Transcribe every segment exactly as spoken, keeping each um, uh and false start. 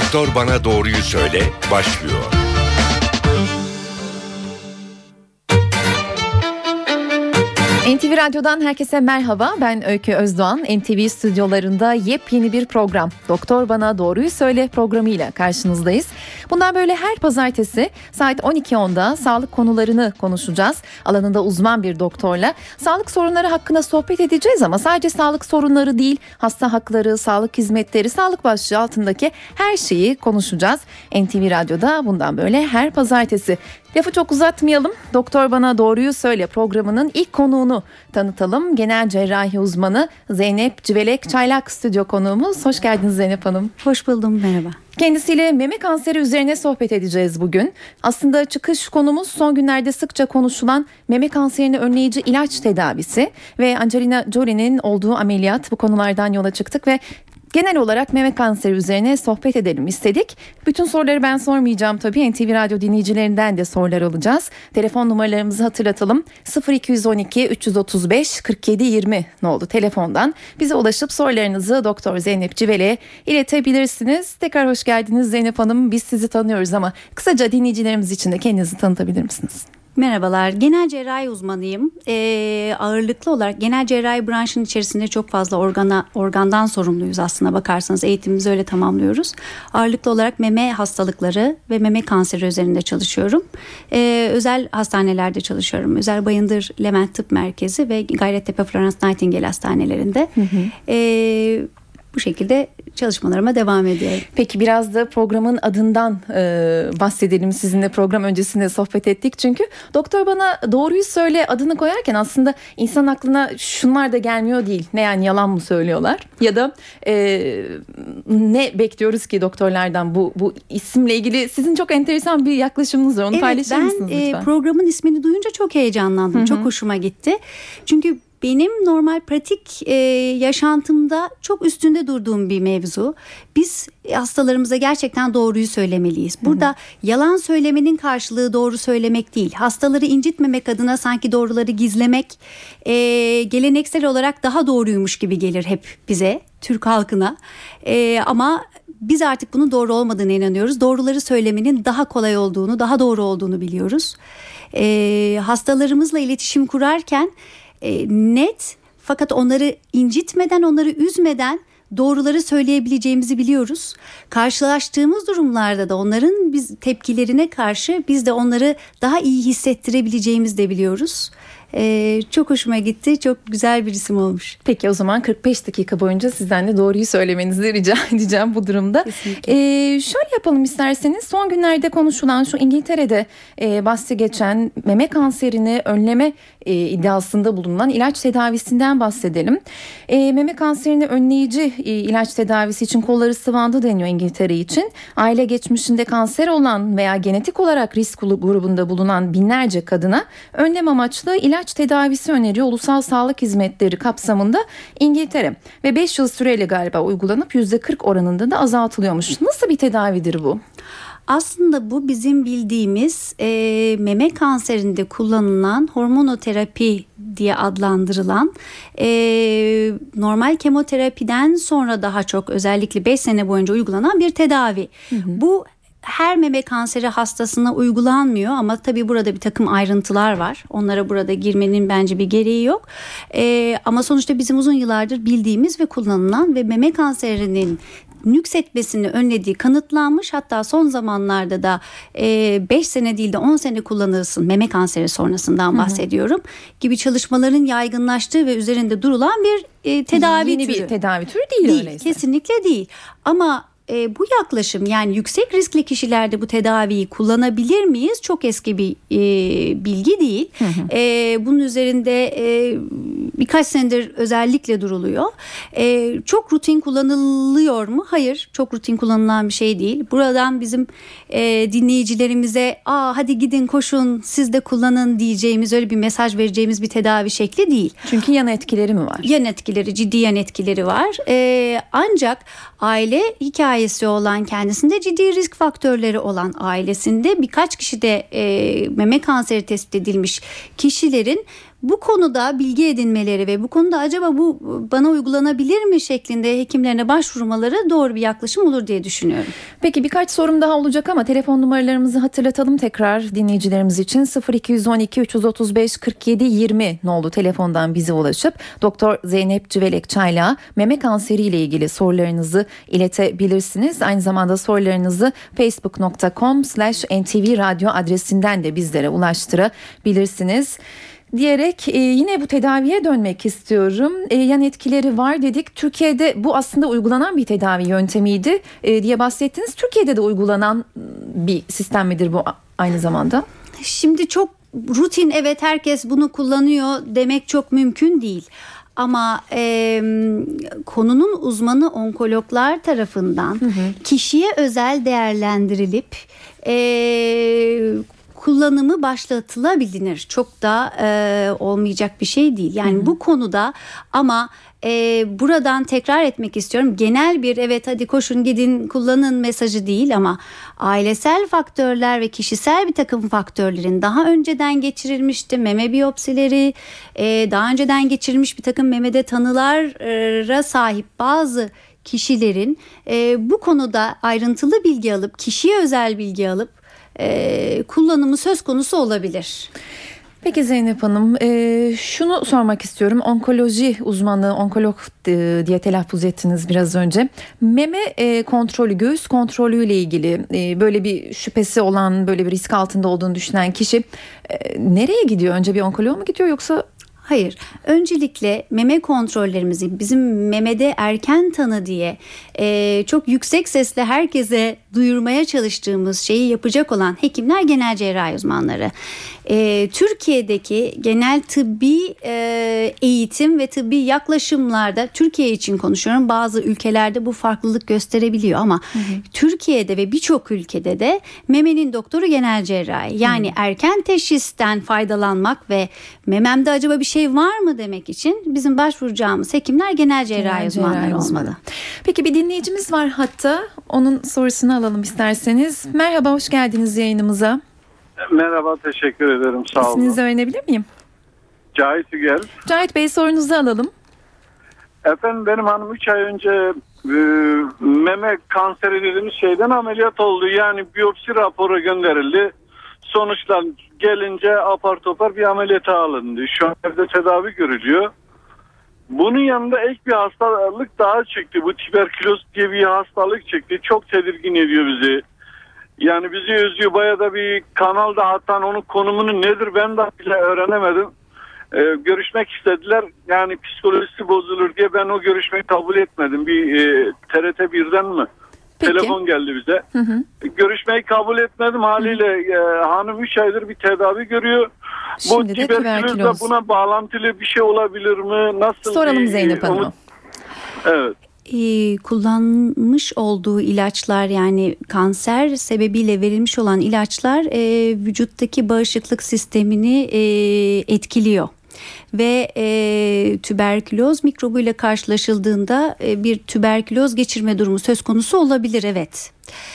Doktor Bana Doğruyu Söyle başlıyor. N T V Radyo'dan herkese merhaba. Ben Öykü Özdoğan. N T V stüdyolarında yepyeni bir program Doktor Bana Doğruyu Söyle programıyla karşınızdayız. Bundan böyle her pazartesi saat on iki onda sağlık konularını konuşacağız. Alanında uzman bir doktorla sağlık sorunları hakkında sohbet edeceğiz ama sadece sağlık sorunları değil, hasta hakları, sağlık hizmetleri, sağlık başlığı altındaki her şeyi konuşacağız. N T V Radyo'da bundan böyle her pazartesi. Lafı çok uzatmayalım. Doktor Bana Doğruyu Söyle programının ilk konuğunu tanıtalım. Genel cerrahi uzmanı Zeynep Civelek Çaylak stüdyo konuğumuz. Hoş geldiniz Zeynep Hanım. Hoş buldum, merhaba. Kendisiyle meme kanseri üzerine sohbet edeceğiz bugün. Aslında çıkış konumuz son günlerde sıkça konuşulan meme kanserini önleyici ilaç tedavisi ve Angelina Jolie'nin olduğu ameliyat. Bu konulardan yola çıktık ve genel olarak meme kanseri üzerine sohbet edelim istedik. Bütün soruları ben sormayacağım tabii. N T V Radyo dinleyicilerinden de sorular alacağız. Telefon numaralarımızı hatırlatalım. sıfır iki on iki üç otuz beş kırk yedi yirmi nolu telefondan bize ulaşıp sorularınızı Doktor Zeynep Civelek'e iletebilirsiniz. Tekrar hoş geldiniz Zeynep Hanım. Biz sizi tanıyoruz ama kısaca dinleyicilerimiz için de kendinizi tanıtabilir misiniz? Merhabalar, genel cerrahi uzmanıyım. Ee, ağırlıklı olarak genel cerrahi branşının içerisinde çok fazla organa, organdan sorumluyuz aslına bakarsanız. Eğitimimizi öyle tamamlıyoruz. Ağırlıklı olarak meme hastalıkları ve meme kanseri üzerinde çalışıyorum. Ee, özel hastanelerde çalışıyorum. Özel Bayındır Levent Tıp Merkezi ve Gayrettepe Florence Nightingale hastanelerinde. Hı hı. Ee, Bu şekilde çalışmalarıma devam ediyorum. Peki biraz da programın adından e, bahsedelim. Sizinle program öncesinde sohbet ettik. Çünkü Doktor Bana Doğruyu Söyle adını koyarken aslında insan aklına şunlar da gelmiyor değil. Ne yani, yalan mı söylüyorlar? Ya da e, ne bekliyoruz ki doktorlardan bu bu isimle ilgili sizin çok enteresan bir yaklaşımınız var. Onu evet, paylaşır ben, mısınız lütfen? Ben programın ismini duyunca çok heyecanlandım. Hı hı. Çok hoşuma gitti. Çünkü benim normal pratik e, yaşantımda çok üstünde durduğum bir mevzu. Biz hastalarımıza gerçekten doğruyu söylemeliyiz. Burada hı hı. yalan söylemenin karşılığı doğru söylemek değil. Hastaları incitmemek adına sanki doğruları gizlemek e, geleneksel olarak daha doğruymuş gibi gelir hep bize, Türk halkına. E, ama biz artık bunun doğru olmadığına inanıyoruz. Doğruları söylemenin daha kolay olduğunu, daha doğru olduğunu biliyoruz. E, hastalarımızla iletişim kurarken E, net fakat onları incitmeden, onları üzmeden doğruları söyleyebileceğimizi biliyoruz. Karşılaştığımız durumlarda da onların biz tepkilerine karşı biz de onları daha iyi hissettirebileceğimizi de biliyoruz. Ee, çok hoşuma gitti. Çok güzel bir isim olmuş. Peki o zaman kırk beş dakika boyunca sizden de doğruyu söylemenizi rica edeceğim bu durumda. Ee, şöyle yapalım isterseniz. Son günlerde konuşulan şu İngiltere'de e, bahsi geçen meme kanserini önleme e, iddiasında bulunan ilaç tedavisinden bahsedelim. E, meme kanserini önleyici e, ilaç tedavisi için kolları sıvandı deniyor İngiltere için. Aile geçmişinde kanser olan veya genetik olarak risk grubunda bulunan binlerce kadına önlem amaçlı ilaç İlaç tedavisi öneriyor Ulusal Sağlık Hizmetleri kapsamında İngiltere ve beş yıl süreyle galiba uygulanıp yüzde kırk oranında da azaltılıyormuş. Nasıl bir tedavidir bu? Aslında bu bizim bildiğimiz e, meme kanserinde kullanılan hormonoterapi diye adlandırılan e, normal kemoterapiden sonra daha çok özellikle beş sene boyunca uygulanan bir tedavi. Hı hı. Bu her meme kanseri hastasına uygulanmıyor ama tabii burada bir takım ayrıntılar var. Onlara burada girmenin bence bir gereği yok. Ee, ama sonuçta bizim uzun yıllardır bildiğimiz ve kullanılan ve meme kanserinin nüksetmesini önlediği kanıtlanmış. Hatta son zamanlarda da beş sene değil de on sene kullanılsın, meme kanseri sonrasından bahsediyorum, hı hı. gibi çalışmaların yaygınlaştığı ve üzerinde durulan bir e, tedavi Yeni türü. bir tedavi türü değil, değil öyleyse. Kesinlikle değil. Ama E, bu yaklaşım, yani yüksek riskli kişilerde bu tedaviyi kullanabilir miyiz? Çok eski bir e, bilgi değil. Hı hı. E, bunun üzerinde e, birkaç senedir özellikle duruluyor. E, çok rutin kullanılıyor mu? Hayır, çok rutin kullanılan bir şey değil. Buradan bizim e, dinleyicilerimize Aa, hadi gidin koşun siz de kullanın diyeceğimiz, öyle bir mesaj vereceğimiz bir tedavi şekli değil. Çünkü yan etkileri mi var? Yan etkileri, ciddi yan etkileri var. E, ancak aile hikayesi olan, kendisinde ciddi risk faktörleri olan, ailesinde birkaç kişide e, meme kanseri tespit edilmiş kişilerin bu konuda bilgi edinmeleri ve bu konuda acaba bu bana uygulanabilir mi şeklinde hekimlerine başvurmaları doğru bir yaklaşım olur diye düşünüyorum. Peki birkaç sorum daha olacak ama telefon numaralarımızı hatırlatalım tekrar dinleyicilerimiz için. sıfır iki on iki üç otuz beş kırk yedi yirmi nolu telefondan bize ulaşıp Doktor Zeynep Civelek Çaylak'a meme kanseri ile ilgili sorularınızı iletebilirsiniz. Aynı zamanda sorularınızı facebook nokta com slash n t v radyo adresinden de bizlere ulaştırabilirsiniz. Diyerek e, yine bu tedaviye dönmek istiyorum. E, yan etkileri var dedik. Türkiye'de bu aslında uygulanan bir tedavi yöntemiydi e, diye bahsettiniz. Türkiye'de de uygulanan bir sistem midir bu aynı zamanda? Şimdi çok rutin, evet herkes bunu kullanıyor demek çok mümkün değil. Ama e, konunun uzmanı onkologlar tarafından hı hı. kişiye özel değerlendirilip e, kullanımı başlatılabilir. Çok da e, olmayacak bir şey değil. Yani hı hı. bu konuda ama e, buradan tekrar etmek istiyorum. Genel bir evet hadi koşun gidin kullanın mesajı değil ama ailesel faktörler ve kişisel bir takım faktörlerin daha önceden geçirilmişti. Meme biyopsileri, e, daha önceden geçirilmiş bir takım memede tanılara sahip bazı kişilerin e, bu konuda ayrıntılı bilgi alıp kişiye özel bilgi alıp Ee, kullanımı söz konusu olabilir. Peki Zeynep Hanım, e, şunu sormak istiyorum. Onkoloji uzmanı, onkolog e, diye telaffuz ettiniz biraz önce. Meme e, kontrolü, göğüs kontrolü ile ilgili e, böyle bir şüphesi olan, böyle bir risk altında olduğunu düşünen kişi e, nereye gidiyor? Önce bir onkoloğa mı gidiyor yoksa? Hayır. Öncelikle meme kontrollerimizi bizim memede erken tanı diye e, çok yüksek sesle herkese duyurmaya çalıştığımız şeyi yapacak olan hekimler genel cerrahi uzmanları. E, Türkiye'deki genel tıbbi e, eğitim ve tıbbi yaklaşımlarda, Türkiye için konuşuyorum, bazı ülkelerde bu farklılık gösterebiliyor ama hı hı. Türkiye'de ve birçok ülkede de memenin doktoru genel cerrahi. Yani hı. erken teşhisten faydalanmak ve mememde acaba bir şey var mı demek için bizim başvuracağımız hekimler genel cerrahi uzmanları olmalı. Peki bir dinleyicimiz var hatta, onun sorusunu alalım isterseniz. Merhaba, hoş geldiniz yayınımıza. Merhaba, teşekkür ederim, sağ olun. İsminizi öğrenebilir miyim? Cahit Ügel. Cahit Bey, sorunuzu alalım. Efendim, benim hanım üç ay önce e, meme kanseri dediğimiz şeyden ameliyat oldu. Yani biyopsi raporu gönderildi. Sonuçlar gelince apar topar bir ameliyata alındı. Şu an evde tedavi görülüyor. Bunun yanında ek bir hastalık daha çıktı. Bu tüberküloz diye bir hastalık çıktı. Çok tedirgin ediyor bizi. Yani bizi üzüyor. Bayağı da bir kanalda, hatta onun konumunu nedir ben de bile öğrenemedim. Ee, görüşmek istediler. Yani psikolojisi bozulur diye ben o görüşmeyi kabul etmedim. Bir e, T R T birden mi? Peki. Telefon geldi bize. Hı hı. Görüşmeyi kabul etmedim. Haliyle e, hanım üç aydır bir tedavi görüyor. Şimdi bu tüberkülozla buna bağlantılı bir şey olabilir mi? Nasıl? Soralım Zeynep Hanım'a. Evet. Ee, kullanmış olduğu ilaçlar, yani kanser sebebiyle verilmiş olan ilaçlar e, vücuttaki bağışıklık sistemini e, etkiliyor. Ve e, tüberküloz mikrobuyla karşılaşıldığında e, bir tüberküloz geçirme durumu söz konusu olabilir, evet.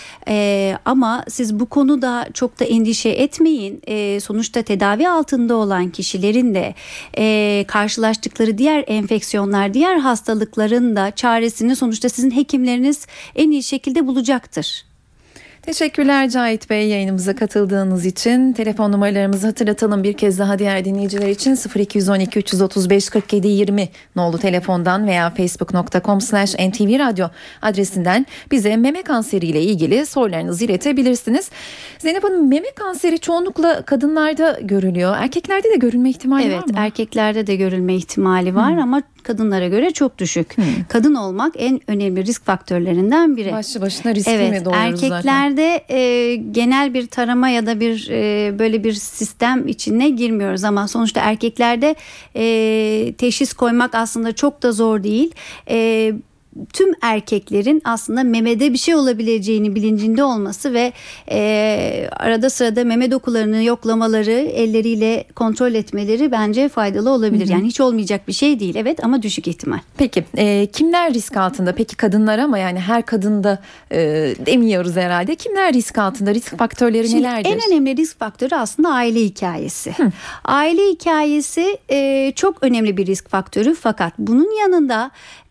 Ee, ama siz bu konuda çok da endişe etmeyin. Ee, sonuçta tedavi altında olan kişilerin de e, karşılaştıkları diğer enfeksiyonlar, diğer hastalıkların da çaresini sonuçta sizin hekimleriniz en iyi şekilde bulacaktır. Teşekkürler Cahit Bey, yayınımıza katıldığınız için. Telefon numaralarımızı hatırlatalım bir kez daha diğer dinleyiciler için. sıfır iki on iki üç otuz beş kırk yedi yirmi nolu telefondan veya facebook nokta com slash n t v radyo adresinden bize meme kanseri ile ilgili sorularınızı iletebilirsiniz. Zeynep Hanım, meme kanseri çoğunlukla kadınlarda görülüyor. Erkeklerde de görülme ihtimali evet, var mı? Evet, erkeklerde de görülme ihtimali var hmm. ama kadınlara göre çok düşük. Hmm. Kadın olmak en önemli risk faktörlerinden biri. Başlı başına riskli evet, mi doğuyoruz zaten? Erkeklerde e, genel bir tarama ya da bir e, böyle bir sistem içine girmiyoruz ama sonuçta erkeklerde e, teşhis koymak aslında çok da zor değil. E, tüm erkeklerin aslında memede bir şey olabileceğini bilincinde olması ve e, arada sırada meme dokularını yoklamaları, elleriyle kontrol etmeleri bence faydalı olabilir. Hı hı. Yani hiç olmayacak bir şey değil, evet, ama düşük ihtimal. Peki e, kimler risk altında? Peki kadınlar, ama yani her kadında e, demiyoruz herhalde. Kimler risk altında? Risk faktörleri Şimdi nelerdir? En önemli risk faktörü aslında aile hikayesi. Hı. Aile hikayesi e, çok önemli bir risk faktörü, fakat bunun yanında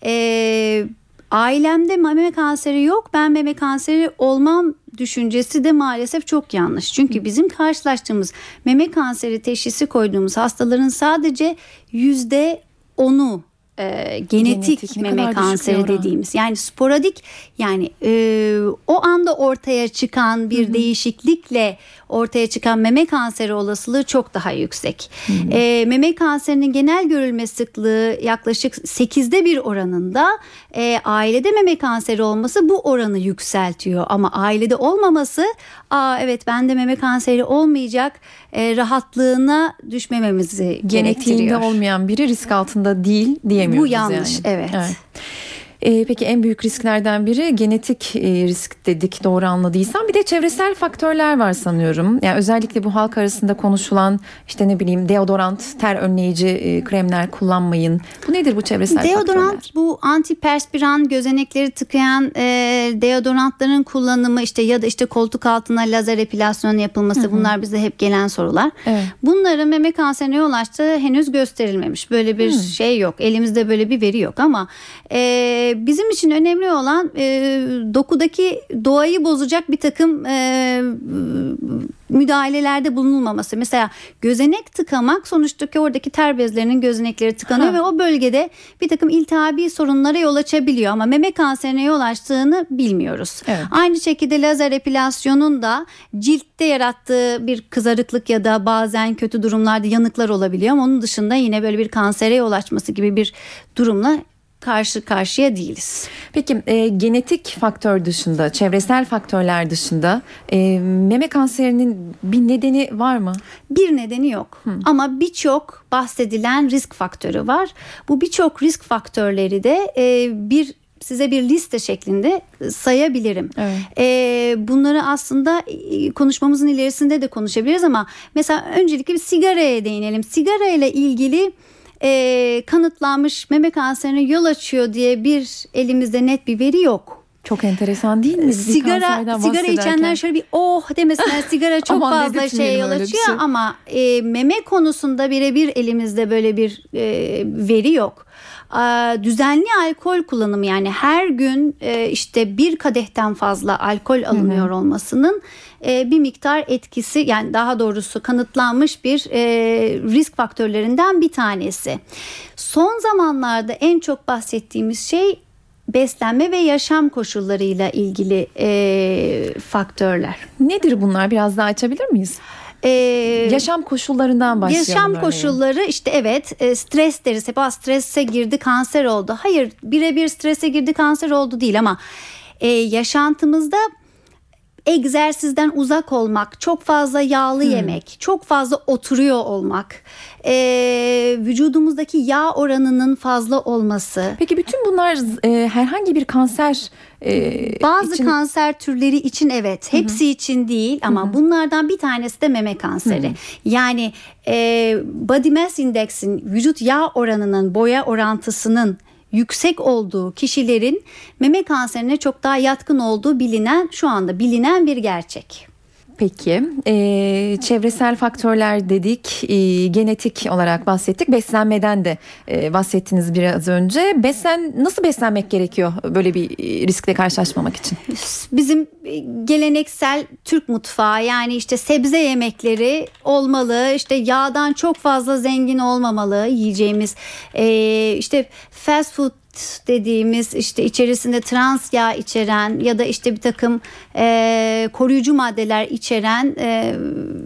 e, ailemde meme kanseri yok, ben meme kanseri olmam düşüncesi de maalesef çok yanlış. Çünkü bizim karşılaştığımız meme kanseri teşhisi koyduğumuz hastaların sadece yüzde onu E, genetik, genetik meme kanseri dediğimiz, yani sporadik, yani e, o anda ortaya çıkan bir hı hı. değişiklikle ortaya çıkan meme kanseri olasılığı çok daha yüksek. E, meme kanserinin genel görülme sıklığı yaklaşık sekizde bir oranında, e, ailede meme kanseri olması bu oranı yükseltiyor, ama ailede olmaması, aa evet bende meme kanseri olmayacak e, rahatlığına düşmememizi gerektiriyor. Genetiğinde olmayan biri risk altında değil diye. Bu yanlış, yani. evet. evet. Ee, peki en büyük risklerden biri genetik e, risk dedik, doğru anladıysam. Bir de çevresel faktörler var sanıyorum. Yani özellikle bu halk arasında konuşulan işte ne bileyim deodorant, ter önleyici e, kremler kullanmayın. Bu nedir bu çevresel deodorant, faktörler? Deodorant, bu antiperspiran, gözenekleri tıkayan e, deodorantların kullanımı, işte ya da işte koltuk altına lazer epilasyon yapılması, hı hı. bunlar bize hep gelen sorular. Evet. Bunların meme kanserine yol açtığı henüz gösterilmemiş. Böyle bir hı. şey yok. Elimizde böyle bir veri yok, ama e, bizim için önemli olan e, dokudaki doğayı bozacak bir takım e, müdahalelerde bulunulmaması. Mesela gözenek tıkamak, sonuçta ki oradaki ter bezlerinin gözenekleri tıkanıyor ha. ve o bölgede bir takım iltihabi sorunlara yol açabiliyor, ama meme kanserine yol açtığını bilmiyoruz. Evet. Aynı şekilde lazer epilasyonun da ciltte yarattığı bir kızarıklık ya da bazen kötü durumlarda yanıklar olabiliyor, ama onun dışında yine böyle bir kansere yol açması gibi bir durumla karşı karşıya değiliz. Peki e, genetik faktör dışında, çevresel faktörler dışında e, meme kanserinin bir nedeni var mı? Bir nedeni yok. Hı. Ama birçok bahsedilen risk faktörü var. Bu birçok risk faktörleri de e, bir size bir liste şeklinde sayabilirim. Evet. Ee, bunları aslında konuşmamızın ilerisinde de konuşabiliriz, ama mesela öncelikle bir sigaraya değinelim. Sigara ile ilgili e, kanıtlanmış meme kanserine yol açıyor diye bir elimizde net bir veri yok. Çok enteresan değil mi? Sigara sigara içenler şöyle bir oh demesinler, sigara çok fazla şey yol açıyor, şey. ama e, meme konusunda birebir elimizde böyle bir e, veri yok. Düzenli alkol kullanımı, yani her gün işte bir kadehten fazla alkol alınıyor hı hı. olmasının bir miktar etkisi, yani daha doğrusu kanıtlanmış bir risk faktörlerinden bir tanesi. Son zamanlarda en çok bahsettiğimiz şey beslenme ve yaşam koşullarıyla ilgili faktörler. Nedir bunlar? Biraz daha açabilir miyiz? Ee, yaşam koşullarından başlayalım. Yaşam örneğin. koşulları işte evet, stres deriz hep, strese girdi kanser oldu. Hayır, birebir strese girdi kanser oldu değil, ama e, yaşantımızda egzersizden uzak olmak, çok fazla yağlı hmm. yemek, çok fazla oturuyor olmak, e, vücudumuzdaki yağ oranının fazla olması. Peki bütün bunlar e, herhangi bir kanser e, bazı için... kanser türleri için evet, hepsi Hı-hı. için değil, ama Hı-hı. bunlardan bir tanesi de meme kanseri. Hı-hı. Yani e, body mass index'in, vücut yağ oranının, boya orantısının yüksek olduğu kişilerin meme kanserine çok daha yatkın olduğu bilinen, şu anda bilinen bir gerçek. Peki e, çevresel faktörler dedik, e, genetik olarak bahsettik, beslenmeden de e, bahsettiniz biraz önce. Beslen nasıl beslenmek gerekiyor böyle bir riskle karşılaşmamak için? Bizim geleneksel Türk mutfağı, yani işte sebze yemekleri olmalı, işte yağdan çok fazla zengin olmamalı yiyeceğimiz, e, işte fast food dediğimiz, işte içerisinde trans yağ içeren ya da işte bir takım e, koruyucu maddeler içeren e,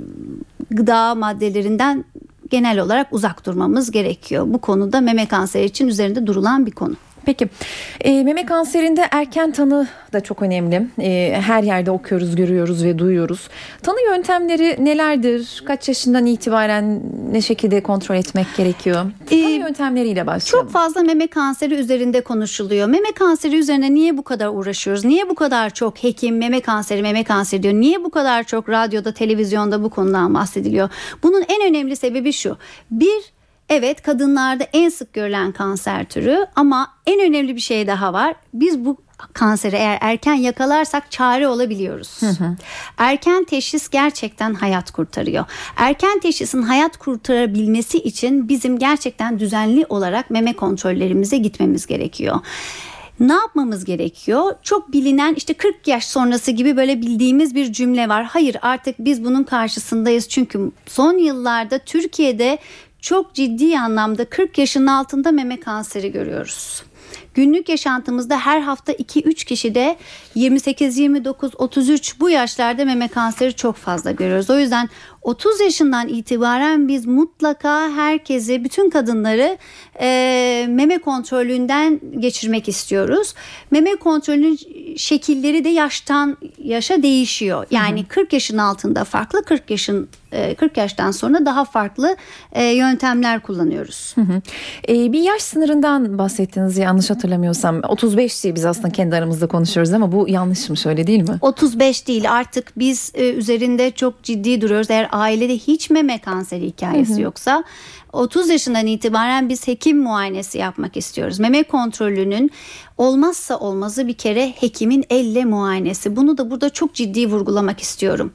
gıda maddelerinden genel olarak uzak durmamız gerekiyor. Bu konuda meme kanseri için üzerinde durulan bir konu. Peki e, meme kanserinde erken tanı da çok önemli. E, her yerde okuyoruz, görüyoruz ve duyuyoruz. Tanı yöntemleri nelerdir? Kaç yaşından itibaren ne şekilde kontrol etmek gerekiyor? Tanı Ee, yöntemleriyle başlayalım. Çok fazla meme kanseri üzerinde konuşuluyor. Meme kanseri üzerine niye bu kadar uğraşıyoruz? Niye bu kadar çok hekim meme kanseri, meme kanseri diyor? Niye bu kadar çok radyoda, televizyonda bu konudan bahsediliyor? Bunun en önemli sebebi şu. Bir, evet, kadınlarda en sık görülen kanser türü, ama en önemli bir şey daha var. Biz bu kanseri eğer erken yakalarsak çare olabiliyoruz. Hı hı. Erken teşhis gerçekten hayat kurtarıyor. Erken teşhisin hayat kurtarabilmesi için bizim gerçekten düzenli olarak meme kontrollerimize gitmemiz gerekiyor. Ne yapmamız gerekiyor? Çok bilinen işte kırk yaş sonrası gibi böyle bildiğimiz bir cümle var. Hayır, artık biz bunun karşısındayız. Çünkü son yıllarda Türkiye'de çok ciddi anlamda kırk yaşın altında meme kanseri görüyoruz. Günlük yaşantımızda her hafta iki üç kişide yirmi sekiz, yirmi dokuz, otuz üç bu yaşlarda meme kanseri çok fazla görüyoruz. O yüzden otuz yaşından itibaren biz mutlaka herkesi, bütün kadınları e, meme kontrolünden geçirmek istiyoruz. Meme kontrolünün şekilleri de yaştan yaşa değişiyor. Yani hı hı. kırk yaşın altında farklı, kırk yaşın kırk yaştan sonra daha farklı e, yöntemler kullanıyoruz. Hı hı. E, bir yaş sınırından bahsettiniz yanlış hatırlamıyorsam. otuz beş diye biz aslında kendi aramızda konuşuyoruz ama bu yanlışmış, öyle değil mi? otuz beş değil, artık biz e, üzerinde çok ciddi duruyoruz. Eğer ailede hiç meme kanseri hikayesi hı hı. yoksa otuz yaşından itibaren biz hekim muayenesi yapmak istiyoruz. Meme kontrolünün olmazsa olmazı bir kere hekimin elle muayenesi. Bunu da burada çok ciddi vurgulamak istiyorum.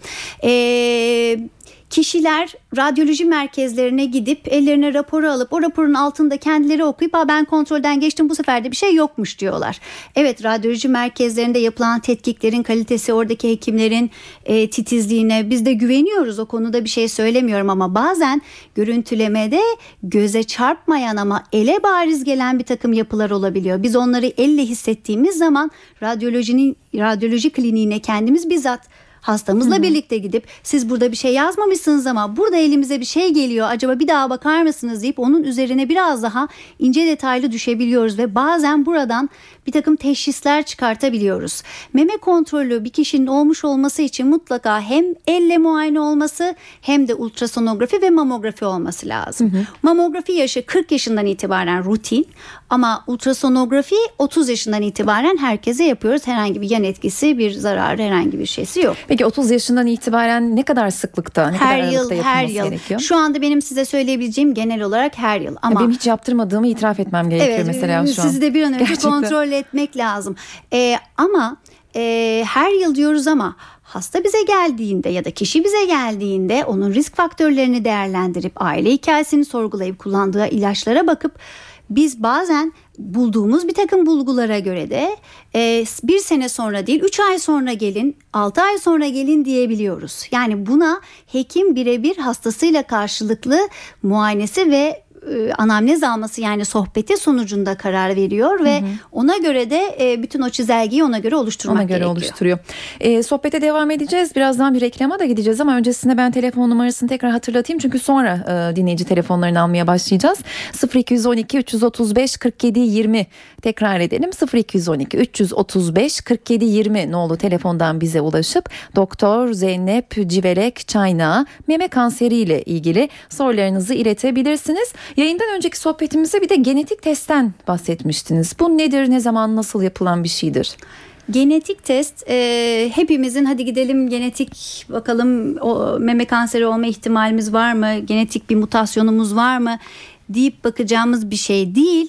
Eee Kişiler radyoloji merkezlerine gidip ellerine raporu alıp o raporun altında kendileri okuyup ben kontrolden geçtim, bu sefer de bir şey yokmuş diyorlar. Evet, radyoloji merkezlerinde yapılan tetkiklerin kalitesi, oradaki hekimlerin e, titizliğine biz de güveniyoruz, o konuda bir şey söylemiyorum, ama bazen görüntülemede göze çarpmayan ama ele bariz gelen bir takım yapılar olabiliyor. Biz onları elle hissettiğimiz zaman radyolojinin radyoloji kliniğine kendimiz bizzat hastamızla Hı-hı. birlikte gidip siz burada bir şey yazmamışsınız ama burada elimize bir şey geliyor, acaba bir daha bakar mısınız deyip onun üzerine biraz daha ince detaylı düşebiliyoruz ve bazen buradan bir takım teşhisler çıkartabiliyoruz. Meme kontrolü bir kişinin olmuş olması için mutlaka hem elle muayene olması hem de ultrasonografi ve mamografi olması lazım. Hı hı. Mamografi yaşı kırk yaşından itibaren rutin, ama ultrasonografi otuz yaşından itibaren herkese yapıyoruz. Herhangi bir yan etkisi, bir zararı, herhangi bir şeysi yok. Peki otuz yaşından itibaren ne kadar sıklıkta, ne her kadar yıl, aralıkta her yapılması yıl. gerekiyor? Şu anda benim size söyleyebileceğim genel olarak her yıl. Ama benim hiç yaptırmadığımı itiraf etmem gerekiyor evet, mesela şu an. Sizi de bir an önce Gerçekten kontrol etmek lazım. Ee, ama e, her yıl diyoruz ama hasta bize geldiğinde ya da kişi bize geldiğinde onun risk faktörlerini değerlendirip aile hikayesini sorgulayıp kullandığı ilaçlara bakıp biz bazen bulduğumuz bir takım bulgulara göre de e, bir sene sonra değil üç ay sonra gelin, altı ay sonra gelin diyebiliyoruz. Yani buna hekim birebir hastasıyla karşılıklı muayenesi ve e, anamnez alması, yani sohbeti sonucunda karar veriyor ve hı hı. ona göre de e, bütün o çizelgeyi ona göre oluşturmak ona göre gerekiyor. oluşturuyor. E, sohbete devam edeceğiz. Birazdan bir reklama da gideceğiz ama öncesinde ben telefon numarasını tekrar hatırlatayım. Çünkü sonra e, dinleyici telefonlarını almaya başlayacağız. sıfır iki on iki üç yüz otuz beş kırk yedi yirmi tekrar edelim. sıfır iki on iki üç yüz otuz beş kırk yedi yirmi nolu telefondan bize ulaşıp Doktor Zeynep Civelek Çaynağı meme kanseriyle ilgili sorularınızı iletebilirsiniz. Yayından önceki sohbetimizde bir de genetik testten bahsetmiştiniz. Bu nedir, ne zaman, nasıl yapılan bir şeydir? Genetik test e, hepimizin hadi gidelim genetik bakalım o, meme kanseri olma ihtimalimiz var mı? Genetik bir mutasyonumuz var mı? Deyip bakacağımız bir şey değil.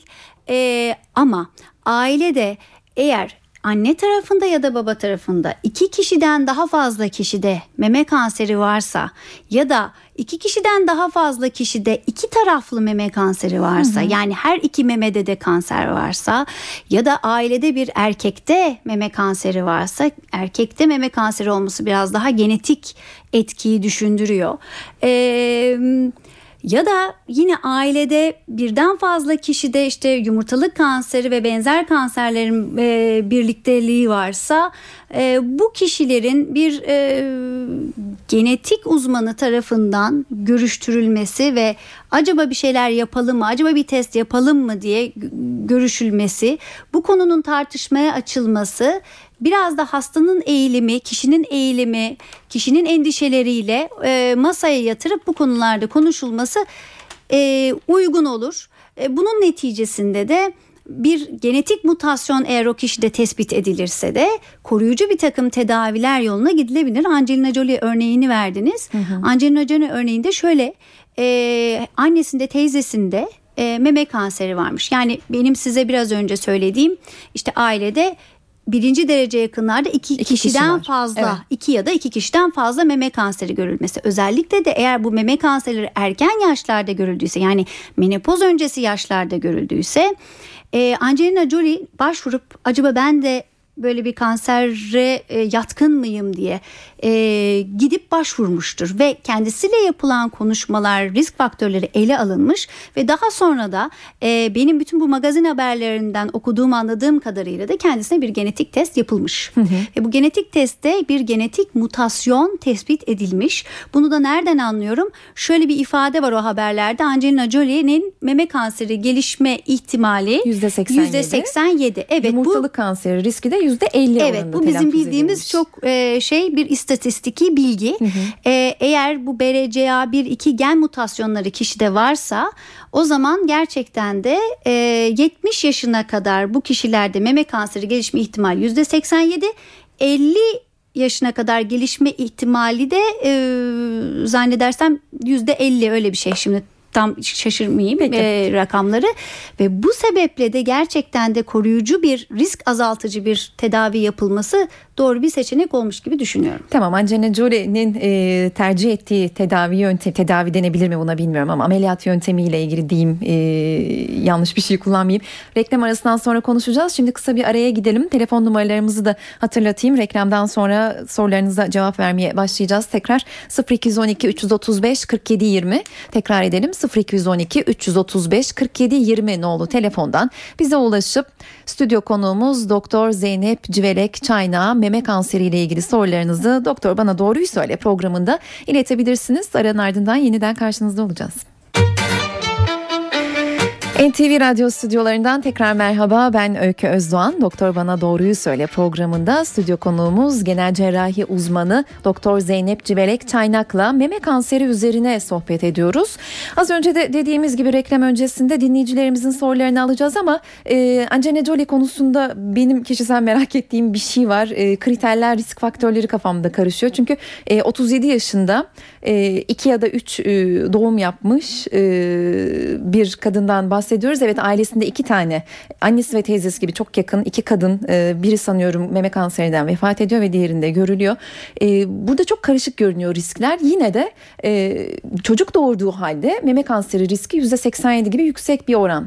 E, ama ailede eğer anne tarafında ya da baba tarafında iki kişiden daha fazla kişide meme kanseri varsa ya da iki kişiden daha fazla kişide iki taraflı meme kanseri varsa, hı hı. yani her iki memede de kanser varsa ya da ailede bir erkekte meme kanseri varsa, erkekte meme kanseri olması biraz daha genetik etkiyi düşündürüyor. Eee Ya da yine ailede birden fazla kişide işte yumurtalık kanseri ve benzer kanserlerin e, birlikteliği varsa e, bu kişilerin bir e, genetik uzmanı tarafından görüştürülmesi ve acaba bir şeyler yapalım mı, acaba bir test yapalım mı diye görüşülmesi, bu konunun tartışmaya açılması, biraz da hastanın eğilimi, kişinin eğilimi, kişinin endişeleriyle e, masaya yatırıp bu konularda konuşulması e, uygun olur. E, bunun neticesinde de bir genetik mutasyon eğer o kişide tespit edilirse de koruyucu bir takım tedaviler yoluna gidilebilir. Angelina Jolie örneğini verdiniz. Hı hı. Angelina Jolie örneğinde şöyle, e, annesinde, teyzesinde e, meme kanseri varmış. Yani benim size biraz önce söylediğim işte ailede birinci derece yakınlarda iki, iki kişiden kişi fazla, evet. iki ya da iki kişiden fazla meme kanseri görülmesi. Özellikle de eğer bu meme kanserleri erken yaşlarda görüldüyse, yani menopoz öncesi yaşlarda görüldüyse, e, Angelina Jolie başvurup acaba ben de böyle bir kansere e, yatkın mıyım diye e, gidip başvurmuştur ve kendisiyle yapılan konuşmalar, risk faktörleri ele alınmış ve daha sonra da e, benim bütün bu magazin haberlerinden okuduğum, anladığım kadarıyla da kendisine bir genetik test yapılmış. Hı hı. Ve bu genetik testte bir genetik mutasyon tespit edilmiş. Bunu da nereden anlıyorum? Şöyle bir ifade var o haberlerde: Angelina Jolie'nin meme kanseri gelişme ihtimali yüzde seksen yedi. yüzde seksen yedi. Evet, yumurtalık bu kanseri riski de yüzde elli evet, oranında. Bu bizim bildiğimiz edilmiş. Çok e, şey bir istatistiki bilgi. Hı hı. E, eğer bu B R C A bir iki gen mutasyonları kişide varsa o zaman gerçekten de e, yetmiş yaşına kadar bu kişilerde meme kanseri gelişme ihtimali yüzde seksen yedi. elli yaşına kadar gelişme ihtimali de e, zannedersem yüzde elli, öyle bir şey. Şimdi tam şaşırmayayım e, rakamları ve bu sebeple de gerçekten de koruyucu bir, risk azaltıcı bir tedavi yapılması doğru bir seçenek olmuş gibi düşünüyorum. Tamam, Angelina Jolie'nin e, tercih ettiği tedavi yöntemi, tedavi denebilir mi buna bilmiyorum ama ameliyat yöntemiyle ilgili diyeyim, e, yanlış bir şey kullanmayayım. Reklam arasından sonra konuşacağız. Şimdi kısa bir araya gidelim. Telefon numaralarımızı da hatırlatayım. Reklamdan sonra sorularınıza cevap vermeye başlayacağız. Tekrar sıfır iki on iki üç otuz beş kırk yedi yirmi, tekrar edelim, sıfır iki on iki üç otuz beş kırk yedi yirmi nolu telefondan bize ulaşıp stüdyo konuğumuz Doktor Zeynep Civelek Çaynak'a meme kanseri ile ilgili sorularınızı Doktor Bana Doğruyu Söyle programında iletebilirsiniz. Aranın ardından yeniden karşınızda olacağız. N T V Radyo stüdyolarından tekrar merhaba, ben Öykü Özdoğan. Doktor Bana Doğruyu Söyle programında stüdyo konuğumuz genel cerrahi uzmanı Doktor Zeynep Civelek Çaynak'la meme kanseri üzerine sohbet ediyoruz. Az önce de dediğimiz gibi reklam öncesinde dinleyicilerimizin sorularını alacağız ama e, Angelina Jolie konusunda benim kişisel merak ettiğim bir şey var. E, kriterler, risk faktörleri kafamda karışıyor. Çünkü e, otuz yedi yaşında e, iki ya da üç e, doğum yapmış e, bir kadından bahsediyoruz. bahsediyoruz. Evet, ailesinde iki tane, annesi ve teyzesi gibi çok yakın iki kadın, biri sanıyorum meme kanserinden vefat ediyor ve diğerinde görülüyor. Burada çok karışık görünüyor riskler. Yine de çocuk doğurduğu halde meme kanseri riski yüzde seksen yedi gibi yüksek bir oran.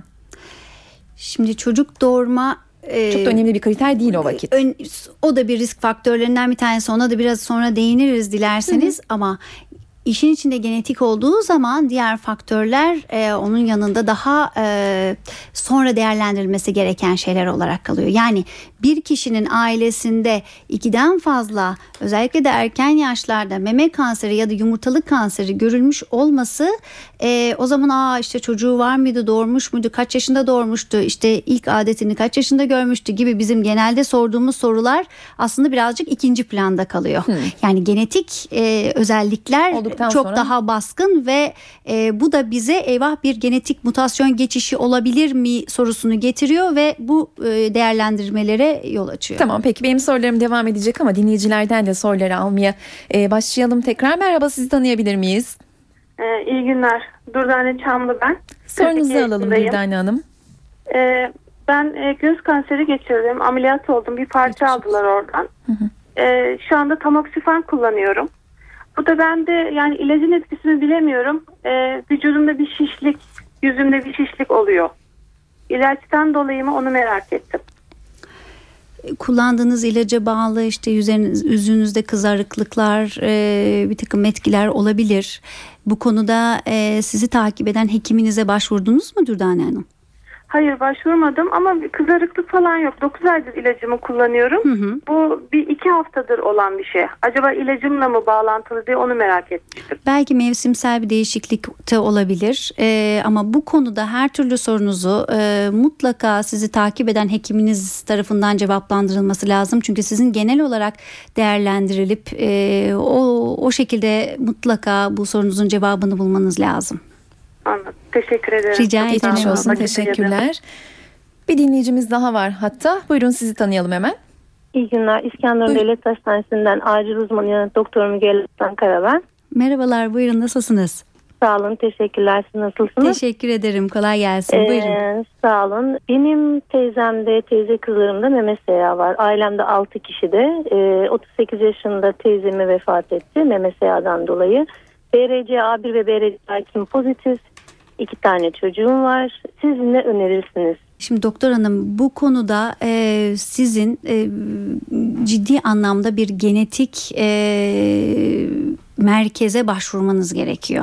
Şimdi çocuk doğurma çok da önemli bir kriter değil o vakit. O da bir risk faktörlerinden bir tanesi. Ona da biraz sonra değiniriz dilerseniz. Hı hı. Ama İşin içinde genetik olduğu zaman diğer faktörler e, onun yanında daha e, sonra değerlendirilmesi gereken şeyler olarak kalıyor. Yani bir kişinin ailesinde ikiden fazla, özellikle de erken yaşlarda meme kanseri ya da yumurtalık kanseri görülmüş olması e, o zaman aa işte çocuğu var mıydı, doğurmuş muydu, kaç yaşında doğurmuştu, işte ilk adetini kaç yaşında görmüştü gibi bizim genelde sorduğumuz sorular aslında birazcık ikinci planda kalıyor. Hmm. Yani genetik e, özellikler Olduktan çok sonra... daha baskın ve e, bu da bize eyvah bir genetik mutasyon geçişi olabilir mi sorusunu getiriyor ve bu e, değerlendirmelere yol açıyor. Tamam, peki benim sorularım devam edecek ama dinleyicilerden de soruları almaya e, başlayalım tekrar. Merhaba, sizi tanıyabilir miyiz? Ee, iyi günler. Durdane Çamlı ben. Sorunuzu alalım Durdane Hanım. Ee, ben e, göz kanseri geçirdim. Ameliyat oldum. Bir parça Geçmiş. aldılar oradan. Hı hı. Ee, şu anda tamoksifen kullanıyorum. Bu da bende, yani ilacın etkisini bilemiyorum. Ee, vücudumda bir şişlik, yüzümde bir şişlik oluyor. İlaçtan dolayı mı, onu merak ettim. kullandığınız ilaca bağlı işte yüzünüz, yüzünüzde kızarıklıklar, e, bir takım etkiler olabilir. Bu konuda e, sizi takip eden hekiminize başvurdunuz mu Dürdane Hanım? Hayır, başvurmadım ama bir kızarıklık falan yok. dokuz aydır ilacımı kullanıyorum. Hı hı. Bu bir iki haftadır olan bir şey. Acaba ilacımla mı bağlantılı diye onu merak etmiştim. Belki mevsimsel bir değişiklik de olabilir. Ee, ama bu konuda her türlü sorunuzu e, mutlaka sizi takip eden hekiminiz tarafından cevaplandırılması lazım. Çünkü sizin genel olarak değerlendirilip e, o, o şekilde mutlaka bu sorunuzun cevabını bulmanız lazım. Anladım. Teşekkür ederim. Rica ederim. Geçmiş olsun. Vakit Teşekkürler. Bir dinleyicimiz daha var hatta. Buyurun, sizi tanıyalım hemen. İyi günler. İskenderun Buyurun. Devlet Hastanesi'nden acil uzmanı yanıt doktor Müge Ankara ben. Merhabalar, buyurun, nasılsınız? Sağ olun, teşekkürler. Siz nasılsınız? Teşekkür ederim, kolay gelsin. Ee, Buyurun. Sağ olun. Benim teyzemde, teyze kızlarımda meme seyağı var. Ailemde altı kişide. Ee, otuz sekiz yaşında teyzemi vefat etti meme seyağından dolayı. B R C A bir ve B R C A iki pozitif. İki tane çocuğum var. Siz ne önerirsiniz? Şimdi doktor hanım, bu konuda e, sizin e, ciddi anlamda bir genetik e, merkeze başvurmanız gerekiyor.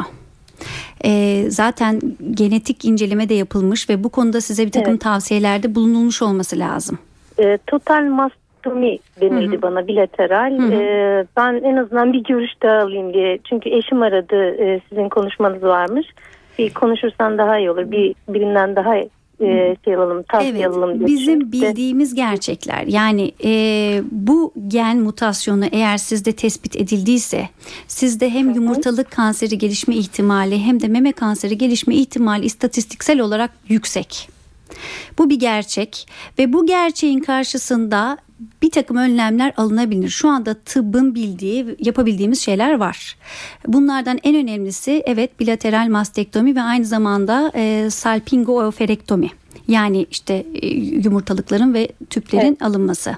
E, zaten genetik inceleme de yapılmış ve bu konuda size bir takım Evet. tavsiyelerde bulunulmuş olması lazım. Ee, total mastomi denildi Hı hı. bana, bilateral. Hı hı. Ee, ben en azından bir görüş daha alayım diye. Çünkü eşim aradı, e, sizin konuşmanız varmış. Bir konuşursan daha iyi olur. Bir birinden daha e, şey alalım, tavsiye Evet, alalım diye. bizim düşündüm. bildiğimiz gerçekler. Yani e, bu gen mutasyonu eğer sizde tespit edildiyse, sizde hem yumurtalık kanseri gelişme ihtimali hem de meme kanseri gelişme ihtimali istatistiksel olarak yüksek. Bu bir gerçek ve bu gerçeğin karşısında bir takım önlemler alınabilir. Şu anda tıbbın bildiği, yapabildiğimiz şeyler var. Bunlardan en önemlisi evet bilateral mastektomi ve aynı zamanda e, salpingo-oophorektomi. Yani işte e, yumurtalıkların ve tüplerin Evet. alınması.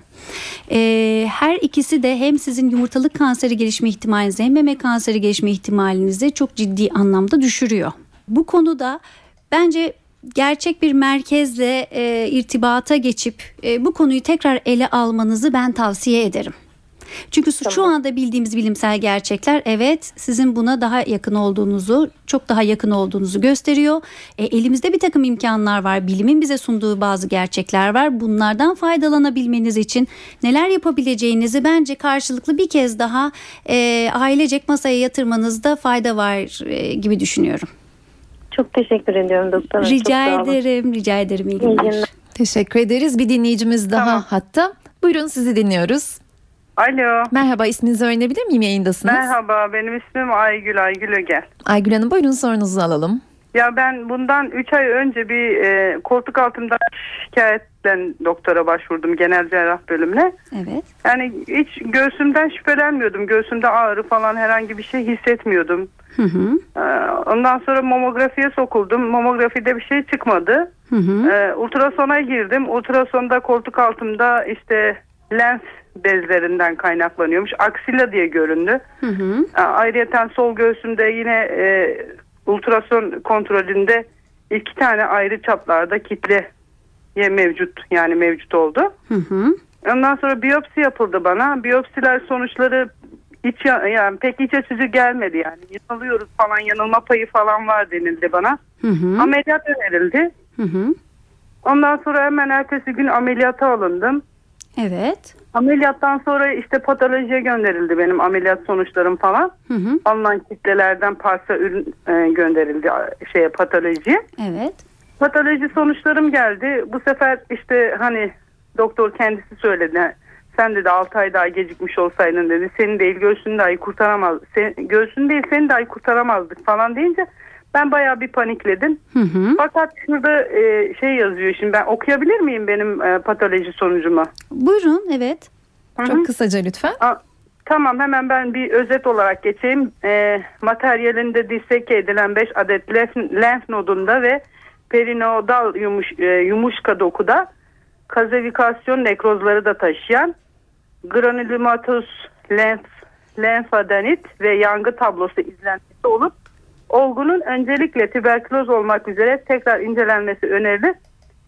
E, her ikisi de hem sizin yumurtalık kanseri gelişme ihtimalinizi hem meme kanseri gelişme ihtimalinizi çok ciddi anlamda düşürüyor. Bu konuda bence gerçek bir merkezle e, irtibata geçip e, bu konuyu tekrar ele almanızı ben tavsiye ederim. Çünkü şu Tamam. anda bildiğimiz bilimsel gerçekler evet sizin buna daha yakın olduğunuzu, çok daha yakın olduğunuzu gösteriyor. E, elimizde bir takım imkanlar var. Bilimin bize sunduğu bazı gerçekler var. Bunlardan faydalanabilmeniz için neler yapabileceğinizi bence karşılıklı bir kez daha e, ailecek masaya yatırmanızda fayda var e, gibi düşünüyorum. Çok teşekkür ediyorum doktor. Çok Rica sağ olun. ederim, rica ederim. İyi İyi günler. günler. Teşekkür ederiz. Bir dinleyicimiz daha Tamam. hatta. Buyurun, sizi dinliyoruz. Alo. Merhaba, isminizi öğrenebilir miyim, yayındasınız? Merhaba, benim ismim Aygül Aygül Ögel. Aygül Hanım, buyurun sorunuzu alalım. Ya ben bundan üç ay önce bir e, koltuk altımda şikayetle doktora başvurdum, genel cerrah bölümüne. Evet. Yani hiç göğsümden şüphelenmiyordum. Göğsümde ağrı falan herhangi bir şey hissetmiyordum. Hı hı. Ee, ondan sonra mamografiye sokuldum. Mamografide bir şey çıkmadı. Hı hı. Ee, ultrasona girdim. Ultrasonda koltuk altımda işte lens bezlerinden kaynaklanıyormuş. Aksilla diye göründü. Hı hı. Ee, ayrıyeten sol göğsümde yine e, ultrason kontrolünde iki tane ayrı çaplarda kitle mevcut, yani mevcut oldu. Hı hı. Ondan sonra biyopsi yapıldı bana. Biyopsiler sonuçları hiç yani pek iç açıcı gelmedi yani. Yanılıyoruz falan, yanılma payı falan var denildi bana. Hı hı. Ameliyat önerildi. Hı hı. Ondan sonra hemen ertesi gün ameliyata alındım. Evet. Ameliyattan sonra işte patolojiye gönderildi benim ameliyat sonuçlarım falan. Hı hı. Alınan kitlelerden parça ürün e, gönderildi şeye, patolojiye. Evet. Patoloji sonuçlarım geldi. Bu sefer işte hani doktor kendisi söyledi. Sen dedi altı ay daha gecikmiş olsaydın dedi. Senin değil göğsünü dahi kurtaramaz. Sen, göğsün değil seni dahi kurtaramazdık falan deyince ben bayağı bir panikledim. Hı hı. Fakat şurada e, şey yazıyor, şimdi ben okuyabilir miyim benim e, patoloji sonucumu? Buyurun, evet. Hı-hı. Çok kısaca lütfen. A, tamam, hemen ben bir özet olarak geçeyim. E, materyalinde disseke edilen beş adet lenf, lenf nodunda ve perinodal yumuş, e, yumuşka dokuda kazefikasyon nekrozları da taşıyan granulomatous lenf, lenfadenit ve yangı tablosu izlentisi olup olgunun öncelikle tüberküloz olmak üzere tekrar incelenmesi önerilir.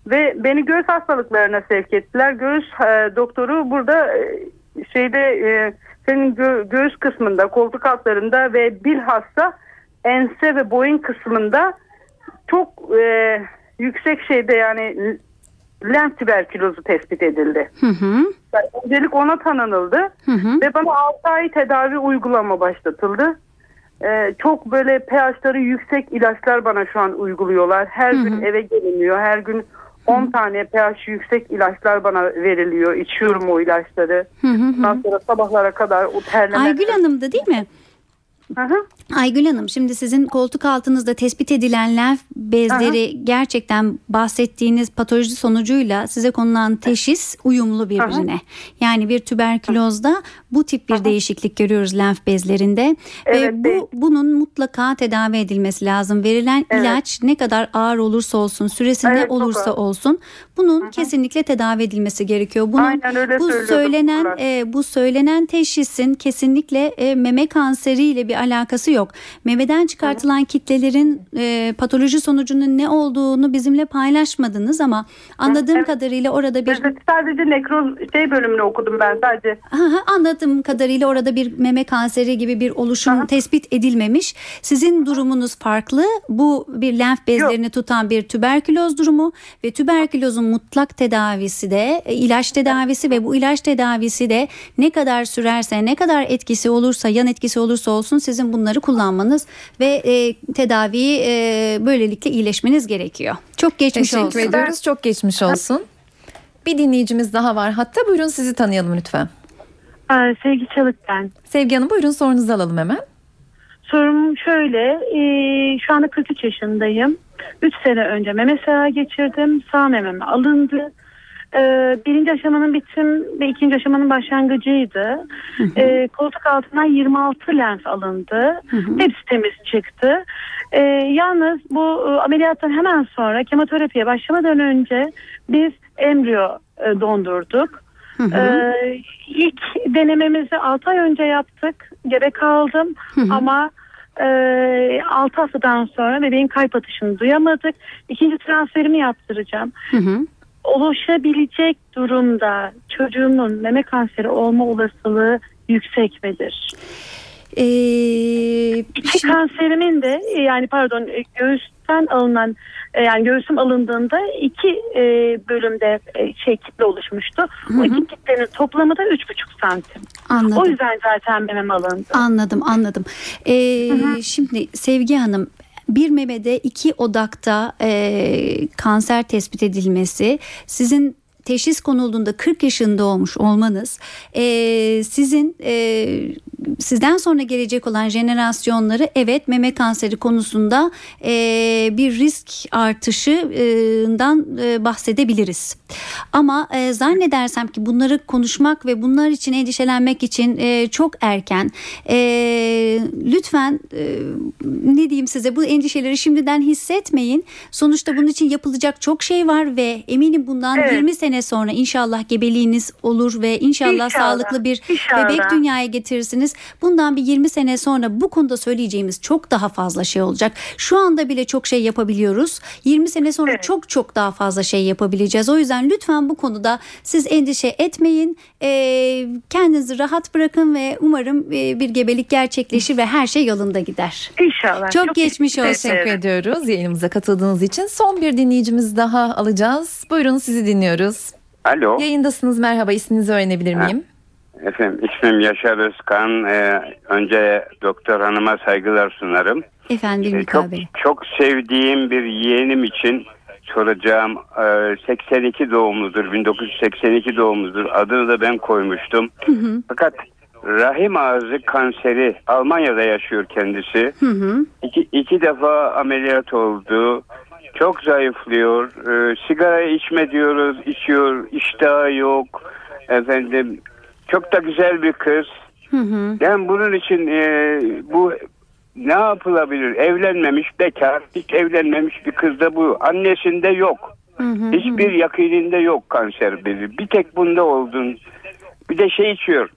Ve beni göğüs hastalıklarına sevk ettiler. Göğüs e, doktoru burada e, şeyde e, senin gö- göğüs kısmında, koltuk altlarında ve bilhassa ense ve boyun kısmında çok e, yüksek şeyde yani lenf tüberkülozu tespit edildi. Hı hı. Yani öncelik ona tanınıldı Hı hı. ve bana altı ay tedavi uygulama başlatıldı. Ee, çok böyle pH'ları yüksek ilaçlar bana şu an uyguluyorlar. Her Hı hı. gün eve geliniyor. Her gün on tane pH yüksek ilaçlar bana veriliyor. İçiyorum o ilaçları. Hı hı. Ondan sonra sabahlara kadar o terleme. Aygül Hanım da değil mi? Hı hı. Aygül Hanım, şimdi sizin koltuk altınızda tespit edilen lenf bezleri Aha. gerçekten bahsettiğiniz patoloji sonucuyla size konulan teşhis uyumlu birbirine. Aha. Yani bir tüberkülozda bu tip bir Aha. değişiklik görüyoruz lenf bezlerinde. Evet, Ve bu bunun mutlaka tedavi edilmesi lazım. Verilen evet. ilaç ne kadar ağır olursa olsun, süresi evet, ne olursa olsun bunun Aha. kesinlikle tedavi edilmesi gerekiyor. Bunun bu söylenen e, bu söylenen teşhisin kesinlikle e, meme kanseriyle bir alakası yok. Memeden çıkartılan Hı. kitlelerin e, patoloji sonucunun ne olduğunu bizimle paylaşmadınız ama anladığım evet. kadarıyla orada bir... Evet, sadece nekroz şey bölümünü okudum ben sadece. Aha, anladığım kadarıyla orada bir meme kanseri gibi bir oluşum Aha. tespit edilmemiş. Sizin durumunuz farklı. Bu bir lenf bezlerini Yok. tutan bir tüberküloz durumu ve tüberkülozun mutlak tedavisi de ilaç tedavisi ve bu ilaç tedavisi de ne kadar sürerse, ne kadar etkisi olursa, yan etkisi olursa olsun sizin bunları kullanmanız ve e, tedaviyi e, böylelikle iyileşmeniz gerekiyor. Çok geçmiş Teşekkür olsun. Teşekkür ediyoruz. Çok geçmiş olsun. Bir dinleyicimiz daha var. Hatta buyurun sizi tanıyalım lütfen. Ee, Sevgi Çalık ben. Sevgi Hanım buyurun sorunuzu alalım hemen. Sorum şöyle. E, şu anda kırk üç yaşındayım. üç sene önce meme sağı geçirdim. Sağ mememe alındı. Ee, birinci aşamanın bitim ve ikinci aşamanın başlangıcıydı. Hı hı. Ee, koltuk altından yirmi altı lenf alındı. Hı hı. Hepsi temiz çıktı. Ee, yalnız bu e, ameliyattan hemen sonra kemoterapiye başlamadan önce biz embriyo e, dondurduk. Hı hı. Ee, ilk denememizi altı ay önce yaptık. Gebe kaldım hı hı. ama e, altı haftadan sonra bebeğin kalp atışını duyamadık. İkinci transferimi yaptıracağım. Hı hı. Oluşabilecek durumda çocuğumun meme kanseri olma olasılığı yüksek midir? Ee, İki şimdi... kanserimin de yani pardon göğüsten alınan yani göğsüm alındığında iki e, bölümde e, şey kitle oluşmuştu. Hı-hı. O iki kitlenin toplamı da üç buçuk santim. Anladım. O yüzden zaten memem alındı. Anladım anladım. Ee, şimdi Sevgi Hanım, bir memede iki odakta e, kanser tespit edilmesi, sizin teşhis konulduğunda kırk yaşında olmuş olmanız, e, sizin e, sizden sonra gelecek olan jenerasyonları evet meme kanseri konusunda e, bir risk artışından e, bahsedebiliriz. Ama e, zannedersem ki bunları konuşmak ve bunlar için endişelenmek için e, çok erken. E, lütfen e, ne diyeyim size, bu endişeleri şimdiden hissetmeyin. Sonuçta bunun için yapılacak çok şey var ve eminim bundan evet. yirmi sene sonra inşallah gebeliğiniz olur ve inşallah, inşallah. sağlıklı bir inşallah. bebek dünyaya getirirsiniz. Bundan bir yirmi sene sonra bu konuda söyleyeceğimiz çok daha fazla şey olacak. Şu anda bile çok şey yapabiliyoruz. yirmi sene sonra evet. çok çok daha fazla şey yapabileceğiz. O yüzden lütfen bu konuda siz endişe etmeyin. Ee, kendinizi rahat bırakın ve umarım e, bir gebelik gerçekleşir ve her şey yolunda gider. İnşallah. Çok, çok geçmiş olsun. Teşekkür ediyoruz yayınımıza katıldığınız için. Son bir dinleyicimiz daha alacağız. Buyurun, sizi dinliyoruz. Alo. Yayındasınız, merhaba, isminizi öğrenebilir miyim? Ha. Efendim ismim Yaşar Özkan. Ee, önce doktor hanıma saygılar sunarım. Efendim ee, çok, çok sevdiğim bir yeğenim için soracağım. Ee, seksen iki doğumludur, bin dokuz yüz seksen iki doğumludur. Adını da ben koymuştum. Hı hı. Fakat rahim ağzı kanseri, Almanya'da yaşıyor kendisi. Hı hı. İki, iki defa ameliyat oldu. Çok zayıflıyor. Ee, sigara içme diyoruz, içiyor. İştahı yok. Efendim çok da güzel bir kız. Hı hı. Yani bunun için e, bu ne yapılabilir? Evlenmemiş, bekar, hiç evlenmemiş bir kızda bu. Annesinde yok. Hı hı. Hiçbir yakınında yok kanser bezi. Bir tek bunda oldun. Bir de şey içiyor.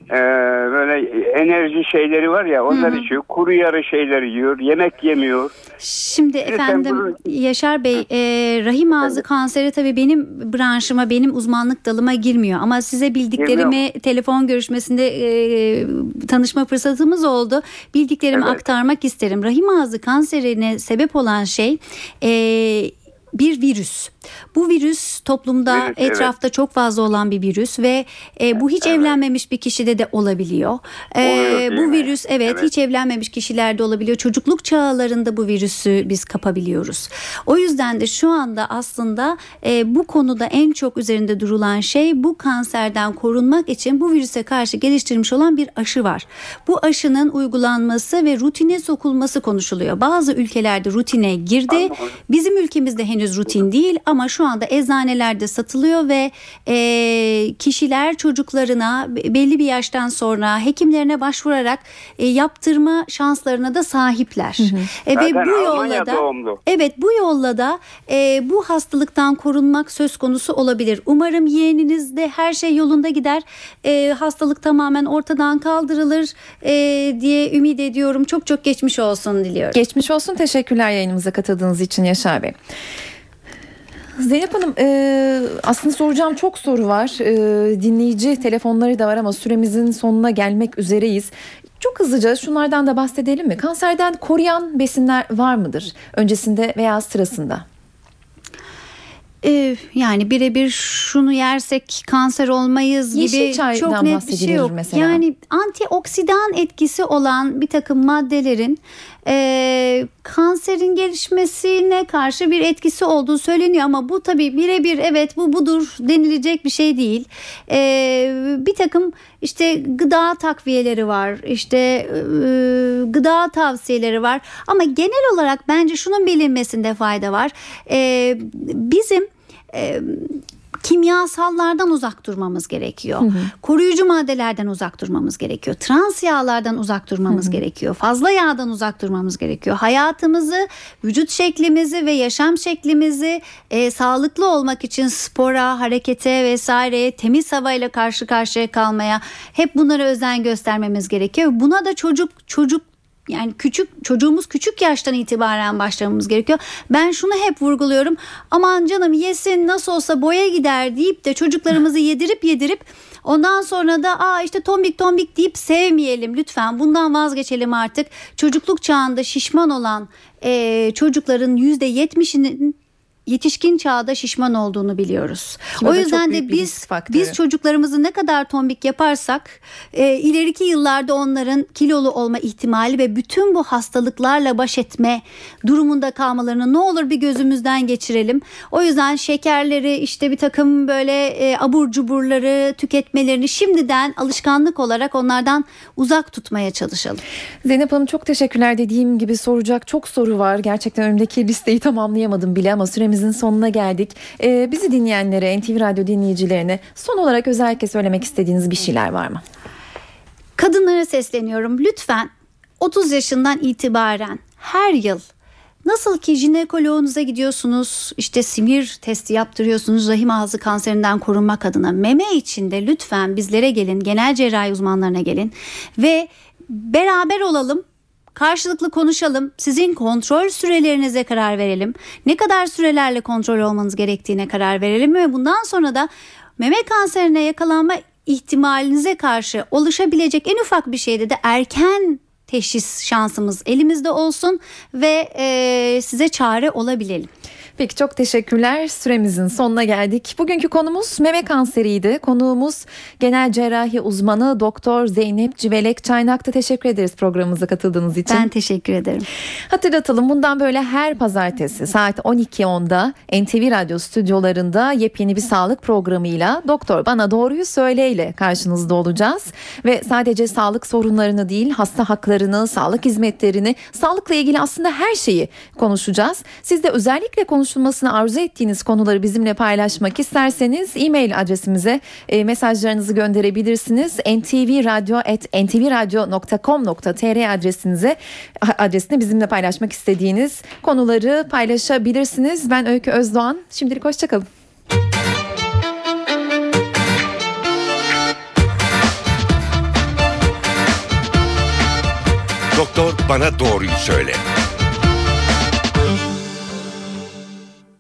e, böyle enerji şeyleri var ya, onlar içiyor. Kuru yarı şeyleri yiyor. Yemek yemiyor. Şimdi Lütfen efendim bunu- Yaşar Bey, e, rahim ağzı Evet. kanseri tabii benim branşıma, benim uzmanlık dalıma girmiyor. Ama size bildiklerimi telefon görüşmesinde e, tanışma fırsatımız oldu. Bildiklerimi Evet. aktarmak isterim. Rahim ağzı kanserine sebep olan şey e, bir virüs. Bu virüs toplumda, Virüs, evet. etrafta çok fazla olan bir virüs ve e, bu hiç Evet. evlenmemiş bir kişide de olabiliyor. E, Oluyor, değil bu mi? virüs evet, Evet. hiç evlenmemiş kişilerde olabiliyor. Çocukluk çağlarında bu virüsü biz kapabiliyoruz. O yüzden de şu anda aslında e, bu konuda en çok üzerinde durulan şey, bu kanserden korunmak için bu virüse karşı geliştirilmiş olan bir aşı var. Bu aşının uygulanması ve rutine sokulması konuşuluyor. Bazı ülkelerde rutine girdi. Anladım. Bizim ülkemizde henüz rutin değil ama şu anda eczanelerde satılıyor ve e, kişiler çocuklarına belli bir yaştan sonra hekimlerine başvurarak e, yaptırma şanslarına da sahipler. E, ve Zaten bu Almanya yolla da doğumlu. evet bu yolla da e, bu hastalıktan korunmak söz konusu olabilir. Umarım yeğeninizde her şey yolunda gider. E, hastalık tamamen ortadan kaldırılır e, diye ümit ediyorum. Çok çok geçmiş olsun diliyorum. Geçmiş olsun. Teşekkürler yayınımıza katıldığınız için Yaşar Bey. Zeynep Hanım, e, aslında soracağım çok soru var. E, dinleyici telefonları da var ama süremizin sonuna gelmek üzereyiz. Çok hızlıca şunlardan da bahsedelim mi? Kanserden koruyan besinler var mıdır? Öncesinde veya sırasında? Ee, yani birebir şunu yersek kanser olmayız Yeşil gibi çaydan çok net bir bahsedilir şey yok. mesela. Yani antioksidan etkisi olan bir takım maddelerin e, kanserin gelişmesine karşı bir etkisi olduğu söyleniyor ama bu tabii birebir evet bu budur denilecek bir şey değil. E, bir takım işte gıda takviyeleri var, işte e, gıda tavsiyeleri var ama genel olarak bence şunun bilinmesinde fayda var. E, bizim e, kimyasallardan uzak durmamız gerekiyor. Hı hı. Koruyucu maddelerden uzak durmamız gerekiyor. Trans yağlardan uzak durmamız hı hı. gerekiyor. Fazla yağdan uzak durmamız gerekiyor. Hayatımızı, vücut şeklimizi ve yaşam şeklimizi e, sağlıklı olmak için spora, harekete vesaireye, temiz havayla karşı karşıya kalmaya hep bunlara özen göstermemiz gerekiyor. Buna da çocuk çocuk yani küçük çocuğumuz küçük yaştan itibaren başlamamız gerekiyor. Ben şunu hep vurguluyorum. Aman canım yesin nasıl olsa boya gider deyip de çocuklarımızı yedirip yedirip ondan sonra da aa işte tombik tombik deyip sevmeyelim lütfen. Bundan vazgeçelim artık. Çocukluk çağında şişman olan e, çocukların yüzde yetmişinin yetişkin çağda şişman olduğunu biliyoruz. Kime o de yüzden de biz biz çocuklarımızı ne kadar tombik yaparsak e, ileriki yıllarda onların kilolu olma ihtimali ve bütün bu hastalıklarla baş etme durumunda kalmalarını ne olur bir gözümüzden geçirelim. O yüzden şekerleri işte bir takım böyle e, abur cuburları tüketmelerini şimdiden alışkanlık olarak onlardan uzak tutmaya çalışalım. Zeynep Hanım çok teşekkürler. Dediğim gibi soracak çok soru var. Gerçekten önümdeki listeyi tamamlayamadım bile ama süremiz sonuna geldik. Ee, bizi dinleyenlere, N T V Radyo dinleyicilerine son olarak özellikle söylemek istediğiniz bir şeyler var mı? Kadınlara sesleniyorum. Lütfen otuz yaşından itibaren her yıl nasıl ki jinekoloğunuza gidiyorsunuz, işte simir testi yaptırıyorsunuz rahim ağzı kanserinden korunmak adına, meme için de lütfen bizlere gelin, genel cerrahi uzmanlarına gelin ve beraber olalım. Karşılıklı konuşalım. Sizin kontrol sürelerinize karar verelim. Ne kadar sürelerle kontrol olmanız gerektiğine karar verelim ve bundan sonra da meme kanserine yakalanma ihtimalinize karşı oluşabilecek en ufak bir şeyde de erken teşhis şansımız elimizde olsun ve e, size çare olabilelim. Peki çok teşekkürler. Süremizin sonuna geldik. Bugünkü konumuz meme kanseriydi. Konuğumuz genel cerrahi uzmanı Doktor Zeynep Civelek Çaynak'ta. Teşekkür ederiz programımıza katıldığınız için. Ben teşekkür ederim. Hatırlatalım, bundan böyle her pazartesi saat on iki onda N T V Radyo stüdyolarında yepyeni bir sağlık programıyla Doktor Bana Doğruyu Söyle ile karşınızda olacağız. Ve sadece sağlık sorunlarını değil, hasta haklarını, sağlık hizmetlerini, sağlıkla ilgili aslında her şeyi konuşacağız. Siz de özellikle konuşulmasını arzu ettiğiniz konuları bizimle paylaşmak isterseniz e-mail adresimize e, mesajlarınızı gönderebilirsiniz. en ti vi radyo at en ti vi radyo nokta com nokta tr adresinize adresine bizimle paylaşmak istediğiniz konuları paylaşabilirsiniz. Ben Öykü Özdoğan. Şimdilik hoşçakalın. Doktor Bana Doğruyu Söyle.